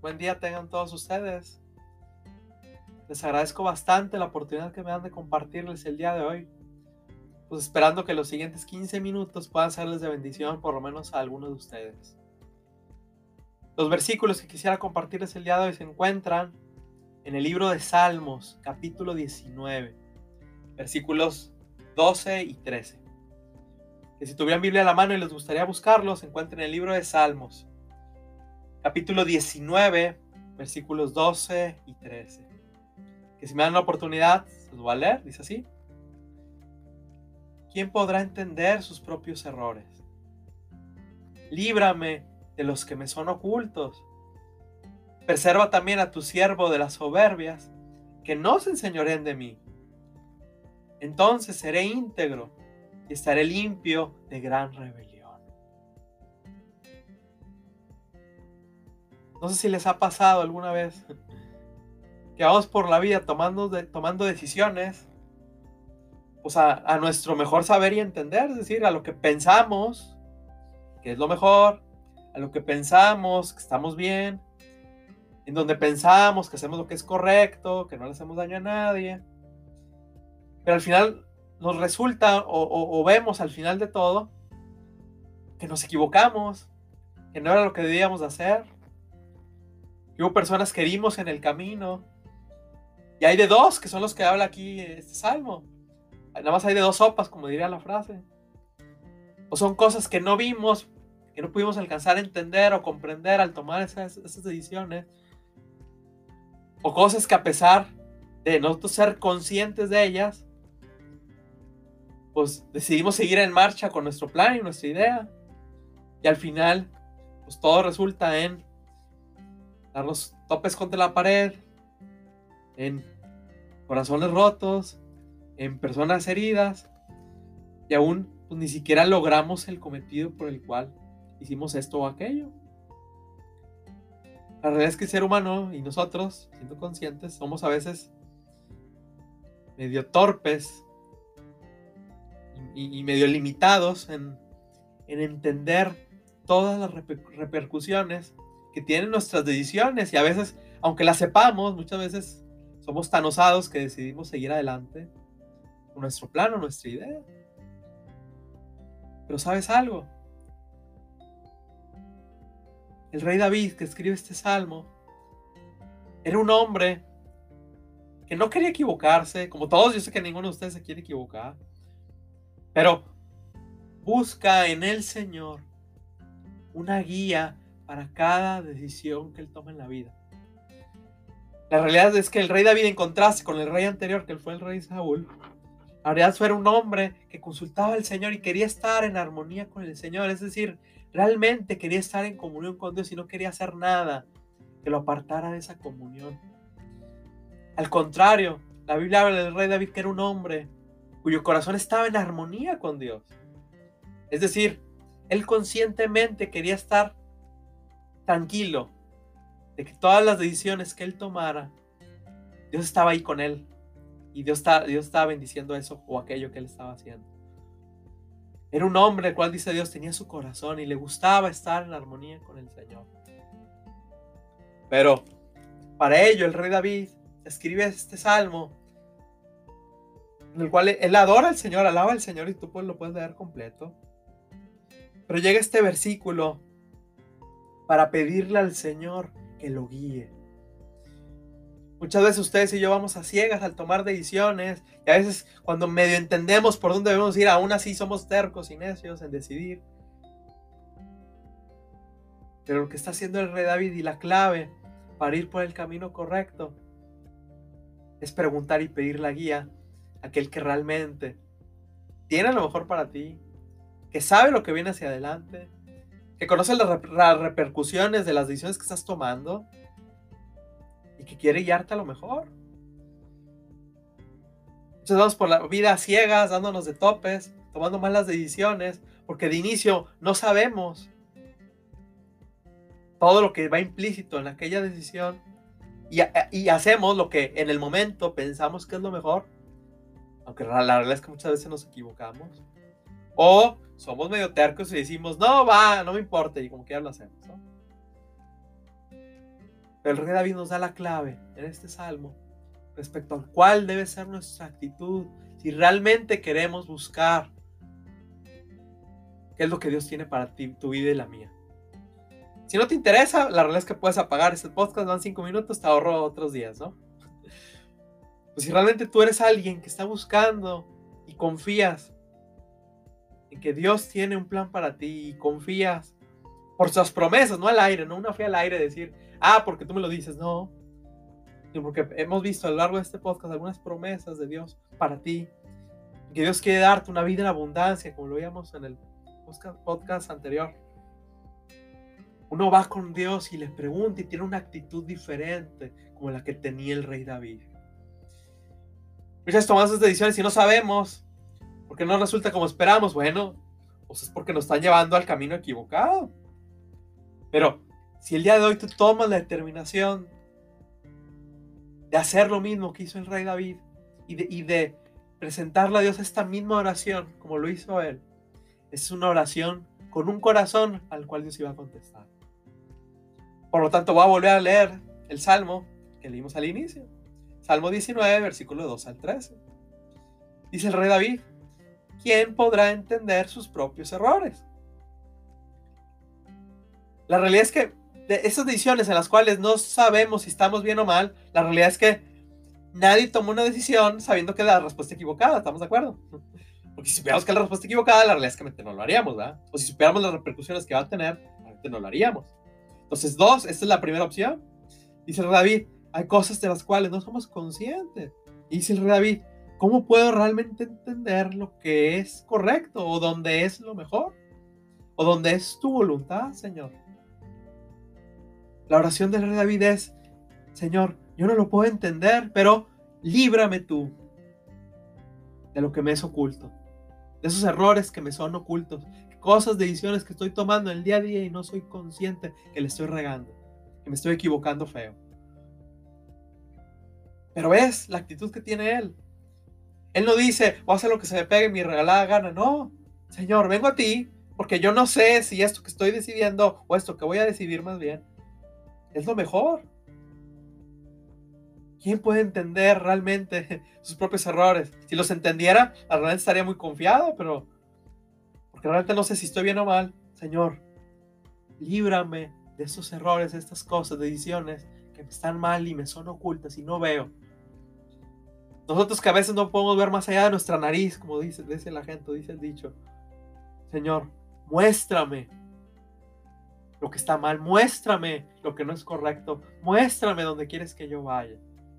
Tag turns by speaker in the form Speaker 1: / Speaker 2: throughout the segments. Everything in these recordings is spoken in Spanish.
Speaker 1: Buen día tengan todos ustedes. Les agradezco bastante la oportunidad que me dan de compartirles el día de hoy. Pues esperando que los siguientes 15 minutos puedan serles de bendición por lo menos a algunos de ustedes. Los versículos que quisiera compartirles el día de hoy se encuentran en el libro de Salmos, capítulo 19, versículos 12 y 13. Que si tuvieran Biblia a la mano y les gustaría buscarlos, se encuentran en el libro de Salmos, capítulo 19, versículos 12 y 13. Que si me dan la oportunidad, se los voy a leer, dice así. ¿Quién podrá entender sus propios errores? Líbrame de los que me son ocultos. Preserva también a tu siervo de las soberbias, que no se enseñoreen de mí. Entonces seré íntegro y estaré limpio de gran rebelión. No sé si les ha pasado alguna vez que vamos por la vida tomando decisiones pues a nuestro mejor saber y entender, es decir, a lo que pensamos que es lo mejor, a lo que pensamos que estamos bien, en donde pensamos que hacemos lo que es correcto, que no le hacemos daño a nadie, pero al final nos resulta o vemos al final de todo que nos equivocamos, que no era lo que debíamos de hacer, que hubo personas que herimos en el camino, y hay de dos que son los que habla aquí este salmo. Nada más hay de dos sopas, como diría la frase. O son cosas que no vimos, que no pudimos alcanzar a entender o comprender al tomar esas decisiones. O cosas que a pesar de nosotros ser conscientes de ellas, pues decidimos seguir en marcha con nuestro plan y nuestra idea. Y al final, pues todo resulta en dar los topes contra la pared, en corazones rotos, en personas heridas, y aún pues, ni siquiera logramos el cometido por el cual hicimos esto o aquello. La realidad es que el ser humano y nosotros, siendo conscientes, somos a veces medio torpes y medio limitados en entender todas las repercusiones que tienen nuestras decisiones, y a veces, aunque las sepamos, muchas veces somos tan osados que decidimos seguir adelante con nuestro plan o nuestra idea. Pero ¿sabes algo? El rey David, que escribe este salmo, era un hombre que no quería equivocarse, como todos. Yo sé que ninguno de ustedes se quiere equivocar, pero busca en el Señor una guía para cada decisión que él toma en la vida. La realidad es que el rey David, en contraste con el rey anterior, que fue el rey Saúl, la realidad era un hombre que consultaba al Señor y quería estar en armonía con el Señor. Es decir, realmente quería estar en comunión con Dios y no quería hacer nada que lo apartara de esa comunión. Al contrario, la Biblia habla del rey David, que era un hombre cuyo corazón estaba en armonía con Dios. Es decir, él conscientemente quería estar tranquilo de que todas las decisiones que él tomara, Dios estaba ahí con él. Y Dios estaba bendiciendo eso o aquello que él estaba haciendo. Era un hombre el cual, dice Dios, tenía su corazón y le gustaba estar en armonía con el Señor. Pero para ello el rey David escribe este salmo en el cual él adora al Señor, alaba al Señor, y tú pues lo puedes leer completo. Pero llega este versículo para pedirle al Señor que lo guíe. Muchas veces ustedes y yo vamos a ciegas al tomar decisiones, y a veces cuando medio entendemos por dónde debemos ir, aún así somos tercos y necios en decidir. Pero lo que está haciendo el rey David, y la clave para ir por el camino correcto, es preguntar y pedir la guía a aquel que realmente tiene lo mejor para ti, que sabe lo que viene hacia adelante, que conoce las repercusiones de las decisiones que estás tomando y que quiere guiarte a lo mejor. Entonces vamos por la vida a ciegas, dándonos de topes, tomando malas decisiones, porque de inicio no sabemos todo lo que va implícito en aquella decisión, y hacemos lo que en el momento pensamos que es lo mejor, aunque la realidad es que muchas veces nos equivocamos, o somos medio tercos y decimos, no me importa, y como que ya lo hacemos, ¿no? Pero el rey David nos da la clave en este salmo respecto al cuál debe ser nuestra actitud si realmente queremos buscar qué es lo que Dios tiene para ti, tu vida y la mía. Si no te interesa, la realidad es que puedes apagar este podcast, van 5 minutos, te ahorro otros días, ¿no? Pues si realmente tú eres alguien que está buscando y confías en que Dios tiene un plan para ti y confías por sus promesas, no al aire, no una fe al aire de decir, porque tú me lo dices, no, sino porque hemos visto a lo largo de este podcast algunas promesas de Dios para ti, que Dios quiere darte una vida en abundancia, como lo veíamos en el podcast anterior. Uno va con Dios y le pregunta y tiene una actitud diferente como la que tenía el rey David. Muchas veces tomamos estas decisiones y no sabemos por qué no resulta como esperamos. Bueno, pues es porque nos están llevando al camino equivocado. Pero si el día de hoy tú tomas la determinación de hacer lo mismo que hizo el rey David y de presentarle a Dios esta misma oración como lo hizo él, es una oración con un corazón al cual Dios iba a contestar. Por lo tanto, voy a volver a leer el Salmo que leímos al inicio. Salmo 19, versículo 2 al 13. Dice el rey David, ¿quién podrá entender sus propios errores? La realidad es que de esas decisiones en las cuales no sabemos si estamos bien o mal, la realidad es que nadie tomó una decisión sabiendo que la respuesta equivocada, ¿estamos de acuerdo? Porque si supiéramos que la respuesta equivocada, la realidad es que no lo haríamos, ¿verdad? O si supiéramos las repercusiones que va a tener, realmente no lo haríamos. Entonces, esta es la primera opción. Dice el rey David, hay cosas de las cuales no somos conscientes. Y dice el rey David, ¿cómo puedo realmente entender lo que es correcto? ¿O dónde es lo mejor? ¿O dónde es tu voluntad, Señor? La oración del rey David es, Señor, yo no lo puedo entender, pero líbrame tú de lo que me es oculto. De esos errores que me son ocultos. Cosas, decisiones que estoy tomando en el día a día y no soy consciente que le estoy regando. Que me estoy equivocando feo. Pero es la actitud que tiene él. Él no dice, voy a hacer lo que se me pegue mi regalada gana. No, Señor, vengo a ti porque yo no sé si esto que estoy decidiendo o esto que voy a decidir más bien es lo mejor. ¿Quién puede entender realmente sus propios errores? Si los entendiera, realmente estaría muy confiado, pero porque realmente no sé si estoy bien o mal. Señor, líbrame de esos errores, de estas cosas, decisiones que me están mal y me son ocultas y no veo. Nosotros que a veces no podemos ver más allá de nuestra nariz, como dice la gente, dice el dicho. Señor, muéstrame lo que está mal, muéstrame lo que no es correcto, muéstrame dónde quieres que yo vaya.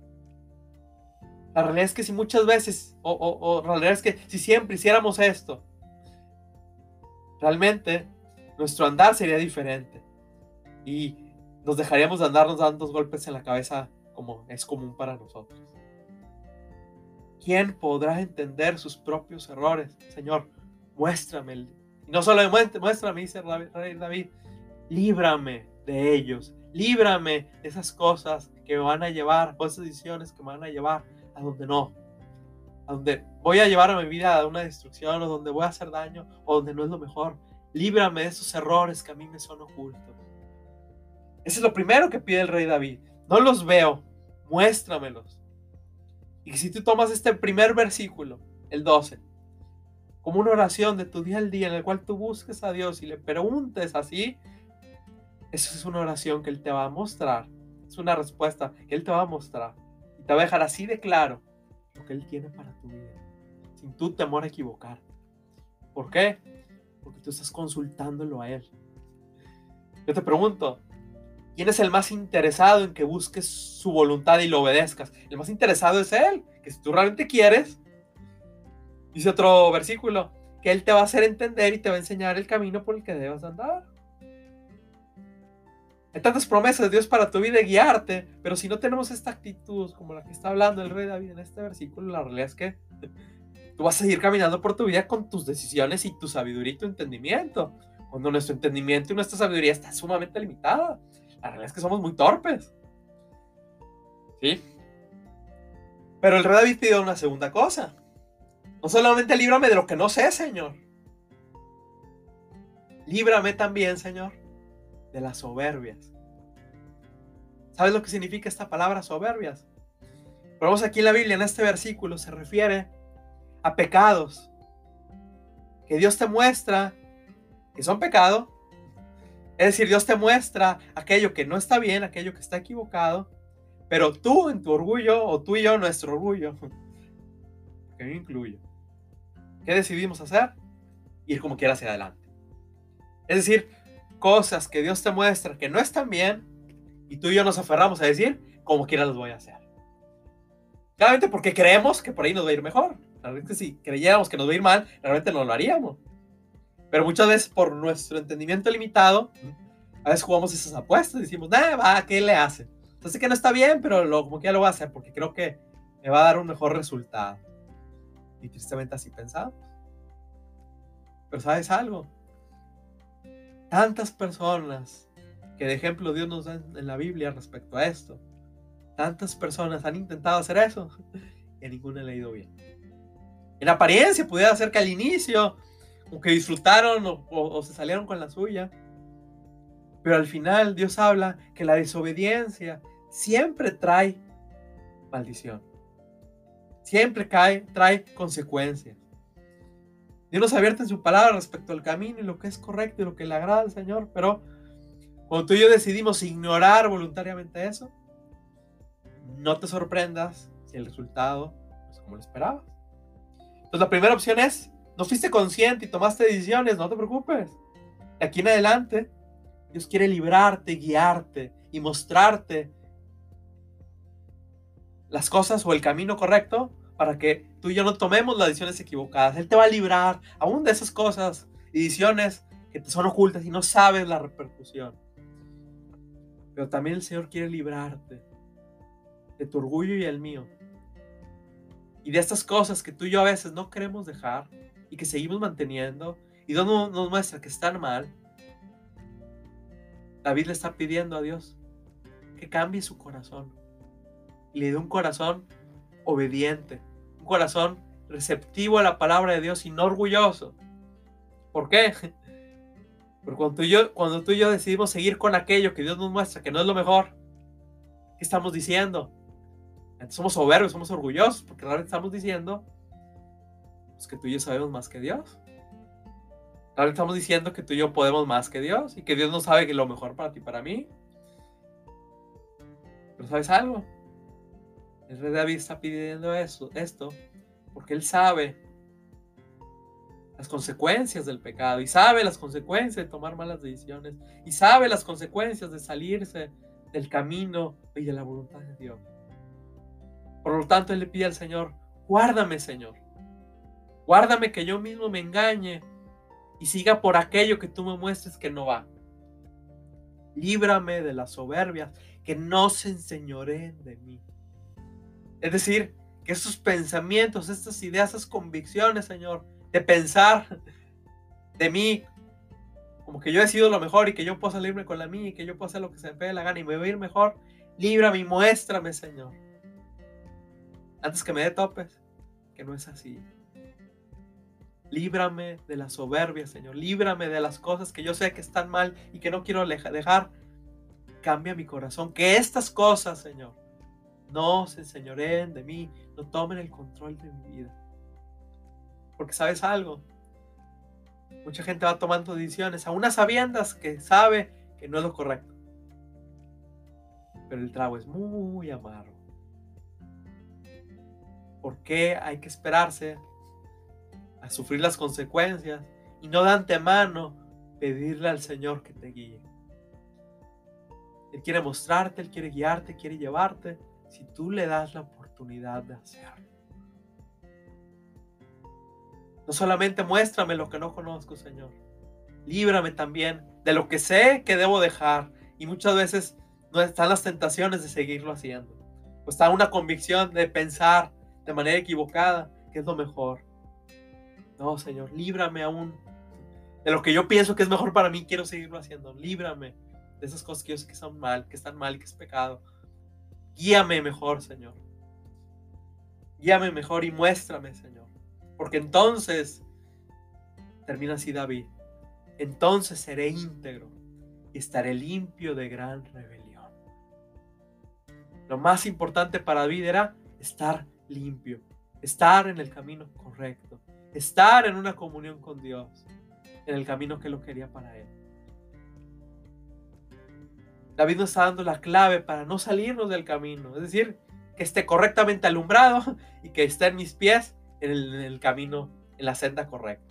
Speaker 1: La realidad es que si muchas veces, la realidad es que si siempre hiciéramos esto, realmente nuestro andar sería diferente y nos dejaríamos de andarnos dando golpes en la cabeza como es común para nosotros. ¿Quién podrá entender sus propios errores? Señor, muéstrame. Y no solo muéstrame, dice el rey David, líbrame de ellos, líbrame de esas cosas que me van a llevar, o esas decisiones que me van a llevar a donde no, a donde voy a llevar a mi vida a una destrucción, o donde voy a hacer daño, o donde no es lo mejor. Líbrame de esos errores que a mí me son ocultos. Eso es lo primero que pide el rey David. No los veo, muéstramelos. Y si tú tomas este primer versículo, el 12, como una oración de tu día al día en el cual tú busques a Dios y le preguntes así, eso es una oración que Él te va a mostrar. Es una respuesta que Él te va a mostrar. Y te va a dejar así de claro lo que Él tiene para tu vida, sin tu temor a equivocar. ¿Por qué? Porque tú estás consultándolo a Él. Yo te pregunto, ¿quién es el más interesado en que busques su voluntad y lo obedezcas? El más interesado es Él, que si tú realmente quieres, dice otro versículo, que Él te va a hacer entender y te va a enseñar el camino por el que debes andar. Hay tantas promesas de Dios para tu vida y guiarte, pero si no tenemos esta actitud como la que está hablando el rey David en este versículo, la realidad es que tú vas a seguir caminando por tu vida con tus decisiones y tu sabiduría y tu entendimiento, cuando nuestro entendimiento y nuestra sabiduría está sumamente limitada. La realidad es que somos muy torpes. ¿Sí? Pero el rey David pidió una segunda cosa. No solamente líbrame de lo que no sé, Señor. Líbrame también, Señor, de las soberbias. ¿Sabes lo que significa esta palabra soberbias? Pero vamos aquí en la Biblia, en este versículo, se refiere a pecados que Dios te muestra que son pecado. Es decir, Dios te muestra aquello que no está bien, aquello que está equivocado, pero tú en tu orgullo, o tú y yo, nuestro orgullo, que me incluyo, ¿qué decidimos hacer? Ir como quiera hacia adelante. Es decir, cosas que Dios te muestra que no están bien, y tú y yo nos aferramos a decir, como quiera los voy a hacer. Claramente porque creemos que por ahí nos va a ir mejor. Realmente si creyéramos que nos va a ir mal, realmente no lo haríamos. Pero muchas veces por nuestro entendimiento limitado, a veces jugamos esas apuestas y decimos, va, ¿qué le hace? Entonces que no está bien, pero como que ya lo voy a hacer porque creo que me va a dar un mejor resultado. Y tristemente así pensamos. Pero ¿sabes algo? Tantas personas que de ejemplo Dios nos da en la Biblia respecto a esto. Tantas personas han intentado hacer eso y a ninguna le ha ido bien. En apariencia pudiera ser que al inicio como que disfrutaron o se salieron con la suya. Pero al final Dios habla que la desobediencia siempre trae maldición. Siempre trae consecuencias. Dios nos advierte en su palabra respecto al camino y lo que es correcto y lo que le agrada al Señor. Pero cuando tú y yo decidimos ignorar voluntariamente eso, no te sorprendas si el resultado no es como lo esperabas. Entonces la primera opción es, no fuiste consciente y tomaste decisiones, no te preocupes. De aquí en adelante, Dios quiere librarte, guiarte y mostrarte las cosas o el camino correcto para que tú y yo no tomemos las decisiones equivocadas. Él te va a librar aún de esas cosas y decisiones que te son ocultas y no sabes la repercusión. Pero también el Señor quiere librarte de tu orgullo y el mío. Y de estas cosas que tú y yo a veces no queremos dejar y que seguimos manteniendo y Dios nos muestra que están mal. David le está pidiendo a Dios que cambie su corazón y le dé un corazón obediente, un corazón receptivo a la palabra de Dios y no orgulloso. ¿Por qué? Porque cuando tú y yo decidimos seguir con aquello que Dios nos muestra que no es lo mejor, ¿qué estamos diciendo? Entonces somos soberbios, somos orgullosos, porque realmente estamos diciendo pues, que tú y yo sabemos más que Dios. Realmente estamos diciendo que tú y yo podemos más que Dios y que Dios no sabe que lo mejor para ti y para mí. Pero ¿sabes algo? El rey David está pidiendo esto, porque él sabe las consecuencias del pecado y sabe las consecuencias de tomar malas decisiones y sabe las consecuencias de salirse del camino y de la voluntad de Dios. Por lo tanto, él le pide al Señor, guárdame, Señor. Guárdame que yo mismo me engañe y siga por aquello que tú me muestres que no va. Líbrame de las soberbias, que no se enseñoreen de mí. Es decir, que esos pensamientos, estas ideas, esas convicciones, Señor, de pensar de mí como que yo he sido lo mejor y que yo puedo salirme con la mía y que yo puedo hacer lo que se me pegue la gana y me voy a ir mejor, líbrame y muéstrame, Señor. Antes que me dé topes, que no es así. Líbrame de la soberbia, Señor. Líbrame de las cosas que yo sé que están mal y que no quiero dejar. Cambia mi corazón. Que estas cosas, Señor, no se enseñoreen de mí, no tomen el control de mi vida. Porque ¿sabes algo? Mucha gente va tomando decisiones a unas sabiendas que sabe que no es lo correcto. Pero el trago es muy amargo. ¿Por qué hay que esperarse a sufrir las consecuencias y no de antemano pedirle al Señor que te guíe? Él quiere mostrarte, Él quiere guiarte, quiere llevarte, si tú le das la oportunidad de hacerlo. No solamente muéstrame lo que no conozco, Señor. Líbrame también de lo que sé que debo dejar. Y muchas veces no están las tentaciones de seguirlo haciendo. O está una convicción de pensar de manera equivocada que es lo mejor. No, Señor, líbrame aún de lo que yo pienso que es mejor para mí. Quiero seguirlo haciendo. Líbrame de esas cosas que yo sé que son mal, que están mal y que es pecado. Guíame mejor, Señor. Guíame mejor y muéstrame, Señor. Porque entonces, termina así David, entonces seré íntegro y estaré limpio de gran rebelión. Lo más importante para David era estar limpio, estar en el camino correcto, estar en una comunión con Dios, en el camino que Él lo quería para él. David nos está dando la clave para no salirnos del camino, es decir, que esté correctamente alumbrado y que esté en mis pies en el camino, en la senda correcta.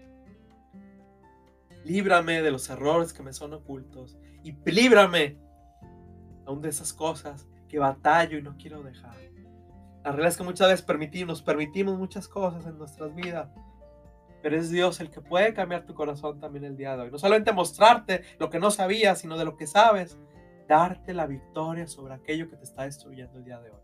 Speaker 1: Líbrame de los errores que me son ocultos y líbrame aún de esas cosas que batallo y no quiero dejar. La realidad es que muchas veces nos permitimos muchas cosas en nuestras vidas, pero es Dios el que puede cambiar tu corazón también el día de hoy. No solamente mostrarte lo que no sabías, sino de lo que sabes, darte la victoria sobre aquello que te está destruyendo el día de hoy.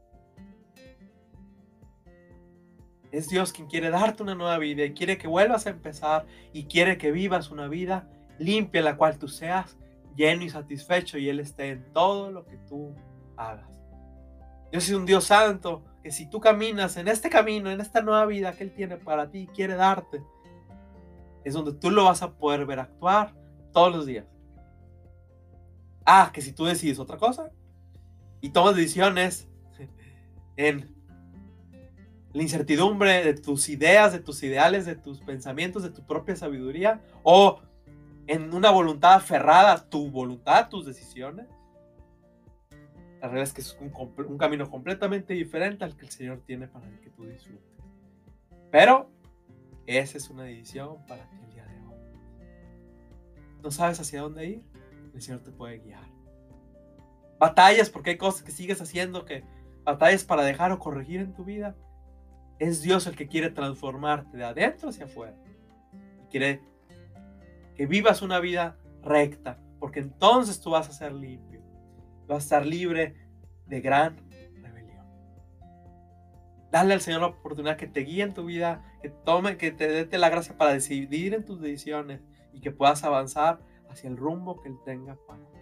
Speaker 1: Es Dios quien quiere darte una nueva vida y quiere que vuelvas a empezar y quiere que vivas una vida limpia en la cual tú seas lleno y satisfecho y Él esté en todo lo que tú hagas. Dios es un Dios santo que si tú caminas en este camino, en esta nueva vida que Él tiene para ti y quiere darte, es donde tú lo vas a poder ver actuar todos los días. Que si tú decides otra cosa y tomas decisiones en la incertidumbre de tus ideas, de tus ideales, de tus pensamientos, de tu propia sabiduría, o en una voluntad aferrada a tu voluntad, tus decisiones, la realidad es que es un camino completamente diferente al que el Señor tiene para que tú disfrutes. Pero esa es una decisión para ti el día de hoy. ¿No sabes hacia dónde ir? El Señor te puede guiar. Batallas porque hay cosas que sigues haciendo, que batallas para dejar o corregir en tu vida. Es Dios el que quiere transformarte de adentro hacia afuera. Y quiere que vivas una vida recta, porque entonces tú vas a ser limpio. Vas a estar libre de gran rebelión. Dale al Señor la oportunidad que te guíe en tu vida, que te dé la gracia para decidir en tus decisiones y que puedas avanzar hacia el rumbo que Él tenga para ti.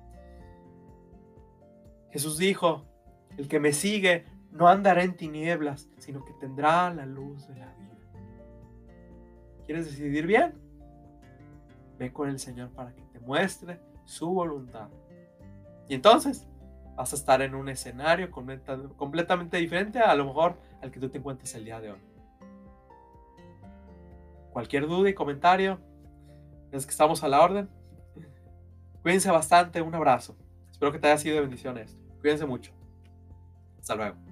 Speaker 1: Jesús dijo, el que me sigue no andará en tinieblas, sino que tendrá la luz de la vida. ¿Quieres decidir bien? Ve con el Señor para que te muestre su voluntad. Y entonces vas a estar en un escenario completamente diferente a lo mejor al que tú te encuentres el día de hoy. Cualquier duda y comentario, es que estamos a la orden. Cuídense bastante, un abrazo. Espero que te haya sido de bendición esto. Cuídense mucho. Hasta luego.